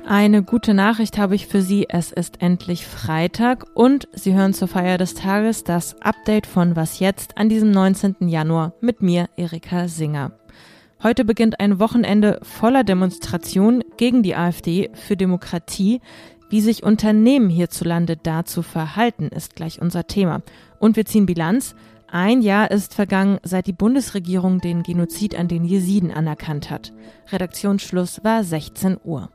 Eine gute Nachricht habe ich für Sie, es ist endlich Freitag und Sie hören zur Feier des Tages das Update von Was jetzt an diesem 19. Januar mit mir, Erika Singer. Heute beginnt ein Wochenende voller Demonstrationen gegen die AfD für Demokratie. Wie sich Unternehmen hierzulande dazu verhalten, ist gleich unser Thema. Und wir ziehen Bilanz. Ein Jahr ist vergangen, seit die Bundesregierung den Genozid an den Jesiden anerkannt hat. Redaktionsschluss war 16 Uhr.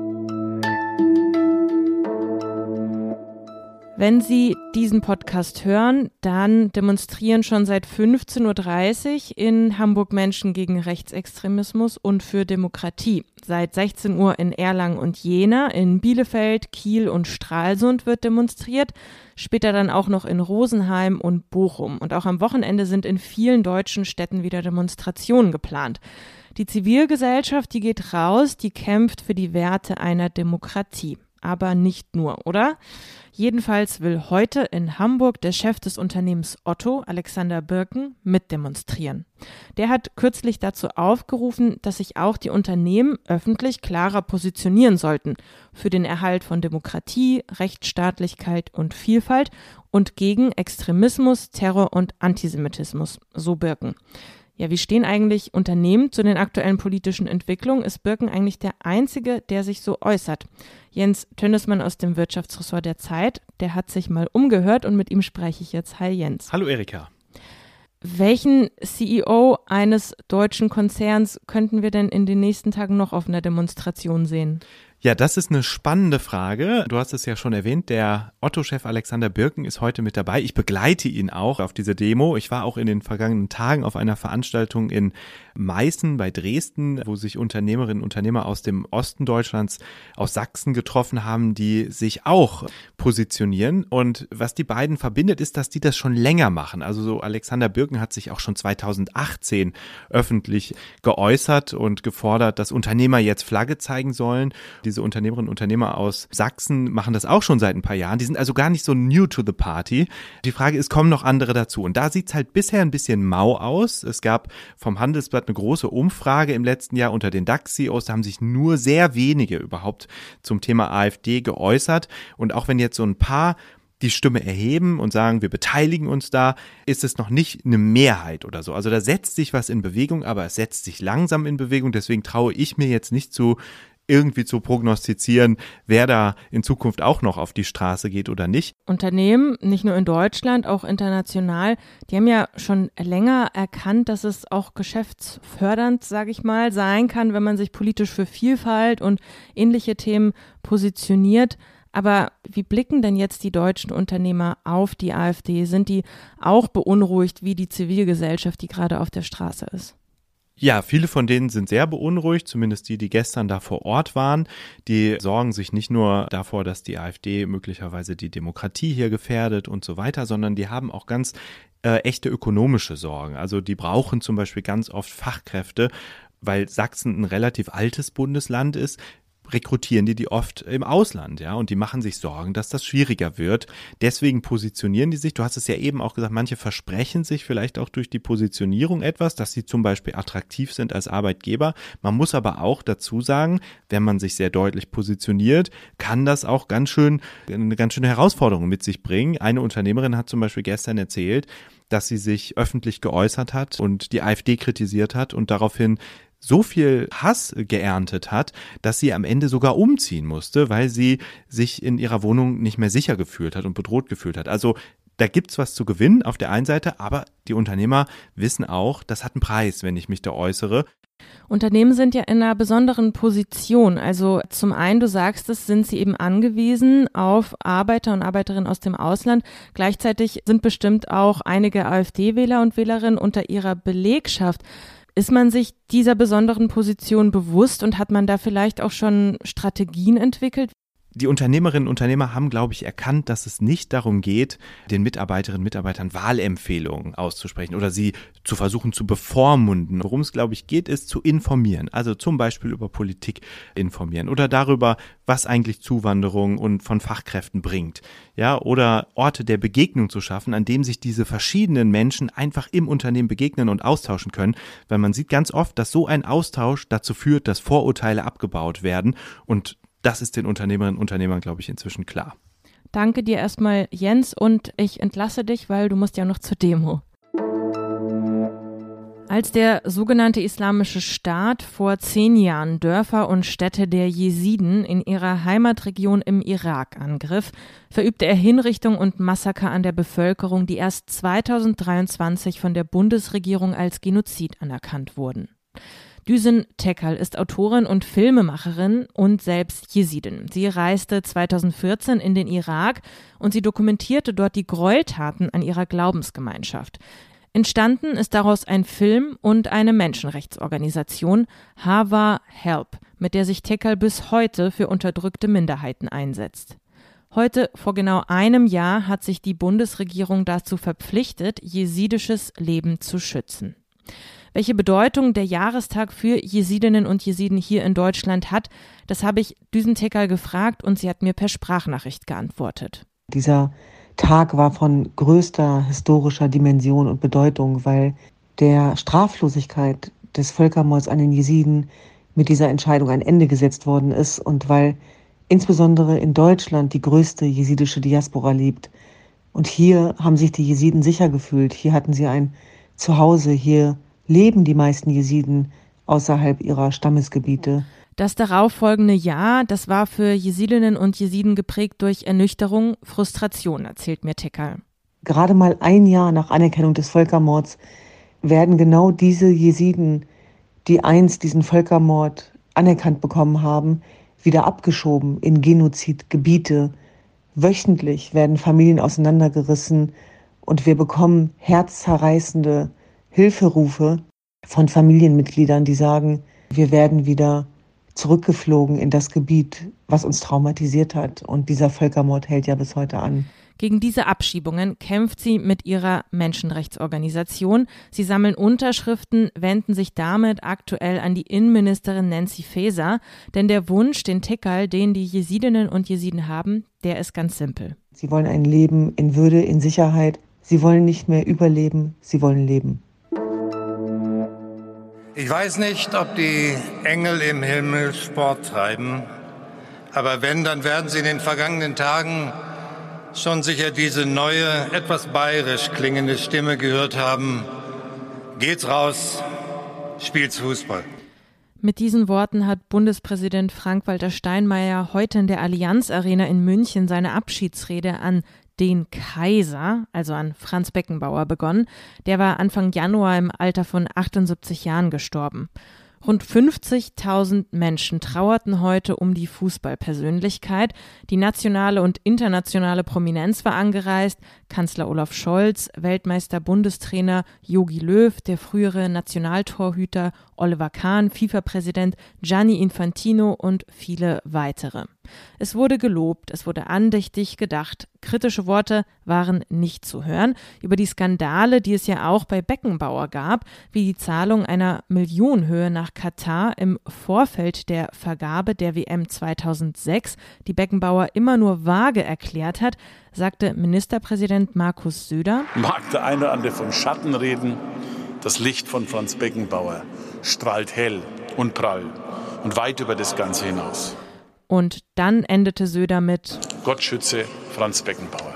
Wenn Sie diesen Podcast hören, dann demonstrieren schon seit 15.30 Uhr in Hamburg Menschen gegen Rechtsextremismus und für Demokratie. Seit 16 Uhr in Erlangen und Jena, in Bielefeld, Kiel und Stralsund wird demonstriert, später dann auch noch in Rosenheim und Bochum. Und auch am Wochenende sind in vielen deutschen Städten wieder Demonstrationen geplant. Die Zivilgesellschaft, die geht raus, die kämpft für die Werte einer Demokratie. Aber nicht nur, oder? Jedenfalls will heute in Hamburg der Chef des Unternehmens Otto, Alexander Birken, mitdemonstrieren. Der hat kürzlich dazu aufgerufen, dass sich auch die Unternehmen öffentlich klarer positionieren sollten für den Erhalt von Demokratie, Rechtsstaatlichkeit und Vielfalt und gegen Extremismus, Terror und Antisemitismus, so Birken. Ja, wie stehen eigentlich Unternehmen zu den aktuellen politischen Entwicklungen? Ist Birken eigentlich der Einzige, der sich so äußert? Jens Tönnesmann aus dem Wirtschaftsressort der Zeit, der hat sich mal umgehört und mit ihm spreche ich jetzt. Hi Jens. Hallo Erika. Welchen CEO eines deutschen Konzerns könnten wir denn in den nächsten Tagen noch auf einer Demonstration sehen? Ja, das ist eine spannende Frage. Du hast es ja schon erwähnt, der Otto-Chef Alexander Birken ist heute mit dabei. Ich begleite ihn auch auf diese Demo. Ich war auch in den vergangenen Tagen auf einer Veranstaltung in Meißen bei Dresden, wo sich Unternehmerinnen und Unternehmer aus dem Osten Deutschlands, aus Sachsen getroffen haben, die sich auch positionieren. Und was die beiden verbindet, ist, dass die das schon länger machen. Also so Alexander Birken hat sich auch schon 2018 öffentlich geäußert und gefordert, dass Unternehmer jetzt Flagge zeigen sollen. Diese Unternehmerinnen und Unternehmer aus Sachsen machen das auch schon seit ein paar Jahren. Die sind also gar nicht so new to the party. Die Frage ist, kommen noch andere dazu? Und da sieht's halt bisher ein bisschen mau aus. Es gab vom Handelsblatt eine große Umfrage im letzten Jahr unter den DAX-CEOs. Da haben sich nur sehr wenige überhaupt zum Thema AfD geäußert. Und auch wenn jetzt so ein paar die Stimme erheben und sagen, wir beteiligen uns da, ist es noch nicht eine Mehrheit oder so. Also da setzt sich was in Bewegung, aber es setzt sich langsam in Bewegung. Deswegen traue ich mir jetzt nicht irgendwie zu prognostizieren, wer da in Zukunft auch noch auf die Straße geht oder nicht. Unternehmen, nicht nur in Deutschland, auch international, die haben ja schon länger erkannt, dass es auch geschäftsfördernd, sage ich mal, sein kann, wenn man sich politisch für Vielfalt und ähnliche Themen positioniert. Aber wie blicken denn jetzt die deutschen Unternehmer auf die AfD? Sind die auch beunruhigt wie die Zivilgesellschaft, die gerade auf der Straße ist? Ja, viele von denen sind sehr beunruhigt, zumindest die gestern da vor Ort waren. Die sorgen sich nicht nur davor, dass die AfD möglicherweise die Demokratie hier gefährdet und so weiter, sondern die haben auch ganz echte ökonomische Sorgen. Also die brauchen zum Beispiel ganz oft Fachkräfte, weil Sachsen ein relativ altes Bundesland ist. Rekrutieren die oft im Ausland, ja, und die machen sich Sorgen, dass das schwieriger wird. Deswegen positionieren die sich. Du hast es ja eben auch gesagt, manche versprechen sich vielleicht auch durch die Positionierung etwas, dass sie zum Beispiel attraktiv sind als Arbeitgeber. Man muss aber auch dazu sagen, wenn man sich sehr deutlich positioniert, kann das auch eine ganz schöne Herausforderung mit sich bringen. Eine Unternehmerin hat zum Beispiel gestern erzählt, dass sie sich öffentlich geäußert hat und die AfD kritisiert hat und daraufhin so viel Hass geerntet hat, dass sie am Ende sogar umziehen musste, weil sie sich in ihrer Wohnung nicht mehr sicher gefühlt hat und bedroht gefühlt hat. Also da gibt's was zu gewinnen auf der einen Seite, aber die Unternehmer wissen auch, das hat einen Preis, wenn ich mich da äußere. Unternehmen sind ja in einer besonderen Position. Also zum einen, du sagst es, sind sie eben angewiesen auf Arbeiter und Arbeiterinnen aus dem Ausland. Gleichzeitig sind bestimmt auch einige AfD-Wähler und Wählerinnen unter ihrer Belegschaft. Ist man sich dieser besonderen Position bewusst und hat man da vielleicht auch schon Strategien entwickelt? Die Unternehmerinnen und Unternehmer haben, glaube ich, erkannt, dass es nicht darum geht, den Mitarbeiterinnen und Mitarbeitern Wahlempfehlungen auszusprechen oder sie zu versuchen zu bevormunden. Worum es, glaube ich, geht, ist zu informieren. Also zum Beispiel über Politik informieren oder darüber, was eigentlich Zuwanderung und von Fachkräften bringt. Ja, oder Orte der Begegnung zu schaffen, an dem sich diese verschiedenen Menschen einfach im Unternehmen begegnen und austauschen können. Weil man sieht ganz oft, dass so ein Austausch dazu führt, dass Vorurteile abgebaut werden und Das ist den Unternehmerinnen und Unternehmern, glaube ich, inzwischen klar. Danke dir erstmal, Jens, und ich entlasse dich, weil du musst ja noch zur Demo. Als der sogenannte Islamische Staat vor 10 Jahren Dörfer und Städte der Jesiden in ihrer Heimatregion im Irak angriff, verübte er Hinrichtung und Massaker an der Bevölkerung, die erst 2023 von der Bundesregierung als Genozid anerkannt wurden. Düsen Tekal ist Autorin und Filmemacherin und selbst Jesidin. Sie reiste 2014 in den Irak und sie dokumentierte dort die Gräueltaten an ihrer Glaubensgemeinschaft. Entstanden ist daraus ein Film und eine Menschenrechtsorganisation, Hava Help, mit der sich Tekal bis heute für unterdrückte Minderheiten einsetzt. Heute, vor genau einem Jahr, hat sich die Bundesregierung dazu verpflichtet, jesidisches Leben zu schützen. Welche Bedeutung der Jahrestag für Jesidinnen und Jesiden hier in Deutschland hat, das habe ich Düsen Tekal gefragt und sie hat mir per Sprachnachricht geantwortet. Dieser Tag war von größter historischer Dimension und Bedeutung, weil der Straflosigkeit des Völkermords an den Jesiden mit dieser Entscheidung ein Ende gesetzt worden ist und weil insbesondere in Deutschland die größte jesidische Diaspora lebt. Und hier haben sich die Jesiden sicher gefühlt, hier hatten sie ein Zuhause, hier leben die meisten Jesiden außerhalb ihrer Stammesgebiete. Das darauffolgende Jahr, das war für Jesidinnen und Jesiden geprägt durch Ernüchterung, Frustration, erzählt mir Tekal. Gerade mal ein Jahr nach Anerkennung des Völkermords werden genau diese Jesiden, die einst diesen Völkermord anerkannt bekommen haben, wieder abgeschoben in Genozidgebiete. Wöchentlich werden Familien auseinandergerissen und wir bekommen herzzerreißende Hilferufe von Familienmitgliedern, die sagen, wir werden wieder zurückgeflogen in das Gebiet, was uns traumatisiert hat. Und dieser Völkermord hält ja bis heute an. Gegen diese Abschiebungen kämpft sie mit ihrer Menschenrechtsorganisation. Sie sammeln Unterschriften, wenden sich damit aktuell an die Innenministerin Nancy Faeser. Denn der Wunsch, den Tekal, den die Jesidinnen und Jesiden haben, der ist ganz simpel. Sie wollen ein Leben in Würde, in Sicherheit. Sie wollen nicht mehr überleben, sie wollen leben. Ich weiß nicht, ob die Engel im Himmel Sport treiben, aber wenn, dann werden sie in den vergangenen Tagen schon sicher diese neue, etwas bayerisch klingende Stimme gehört haben. Geht's raus, spielt's Fußball. Mit diesen Worten hat Bundespräsident Frank-Walter Steinmeier heute in der Allianz Arena in München seine Abschiedsrede an den Kaiser, also an Franz Beckenbauer, begonnen. Der war Anfang Januar im Alter von 78 Jahren gestorben. Rund 50.000 Menschen trauerten heute um die Fußballpersönlichkeit. Die nationale und internationale Prominenz war angereist. Kanzler Olaf Scholz, Weltmeister-Bundestrainer Jogi Löw, der frühere Nationaltorhüter Oliver Kahn, FIFA-Präsident Gianni Infantino und viele weitere. Es wurde gelobt, es wurde andächtig gedacht. Kritische Worte waren nicht zu hören. Über die Skandale, die es ja auch bei Beckenbauer gab, wie die Zahlung einer Millionenhöhe nach Katar im Vorfeld der Vergabe der WM 2006, die Beckenbauer immer nur vage erklärt hat, sagte Ministerpräsident Markus Söder. Mag der eine oder andere von Schatten reden, das Licht von Franz Beckenbauer strahlt hell und prall und weit über das Ganze hinaus. Und dann endete Söder mit: Gott schütze Franz Beckenbauer.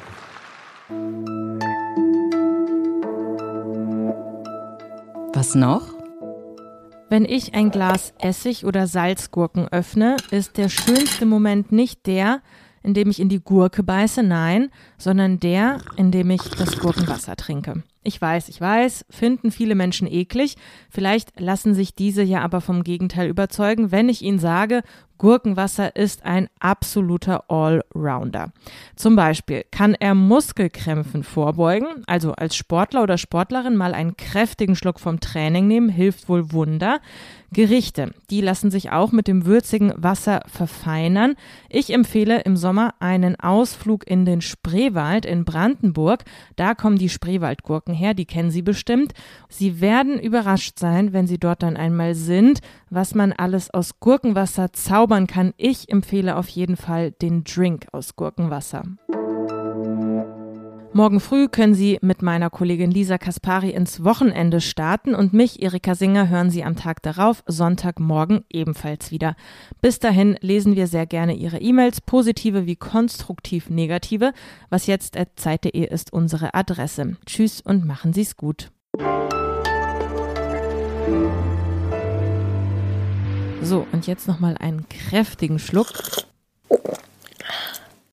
Was noch? Wenn ich ein Glas Essig oder Salzgurken öffne, ist der schönste Moment nicht der, in dem ich in die Gurke beiße, nein, sondern der, in dem ich das Gurkenwasser trinke. Ich weiß, finden viele Menschen eklig. Vielleicht lassen sich diese ja aber vom Gegenteil überzeugen, wenn ich ihnen sage, Gurkenwasser ist ein absoluter Allrounder. Zum Beispiel kann er Muskelkrämpfen vorbeugen, also als Sportler oder Sportlerin mal einen kräftigen Schluck vom Training nehmen, hilft wohl Wunder. Gerichte, die lassen sich auch mit dem würzigen Wasser verfeinern. Ich empfehle im Sommer einen Ausflug in den Spreewald in Brandenburg. Da kommen die Spreewaldgurken her, die kennen Sie bestimmt. Sie werden überrascht sein, wenn Sie dort dann einmal sind, was man alles aus Gurkenwasser zaubern kann. Ich empfehle auf jeden Fall den Drink aus Gurkenwasser. Morgen früh können Sie mit meiner Kollegin Lisa Kaspari ins Wochenende starten und mich, Erika Singer, hören Sie am Tag darauf, Sonntagmorgen, ebenfalls wieder. Bis dahin lesen wir sehr gerne Ihre E-Mails, positive wie konstruktiv negative. wasjetzt@zeit.de ist unsere Adresse. Tschüss und machen Sie es gut. So, und jetzt nochmal einen kräftigen Schluck.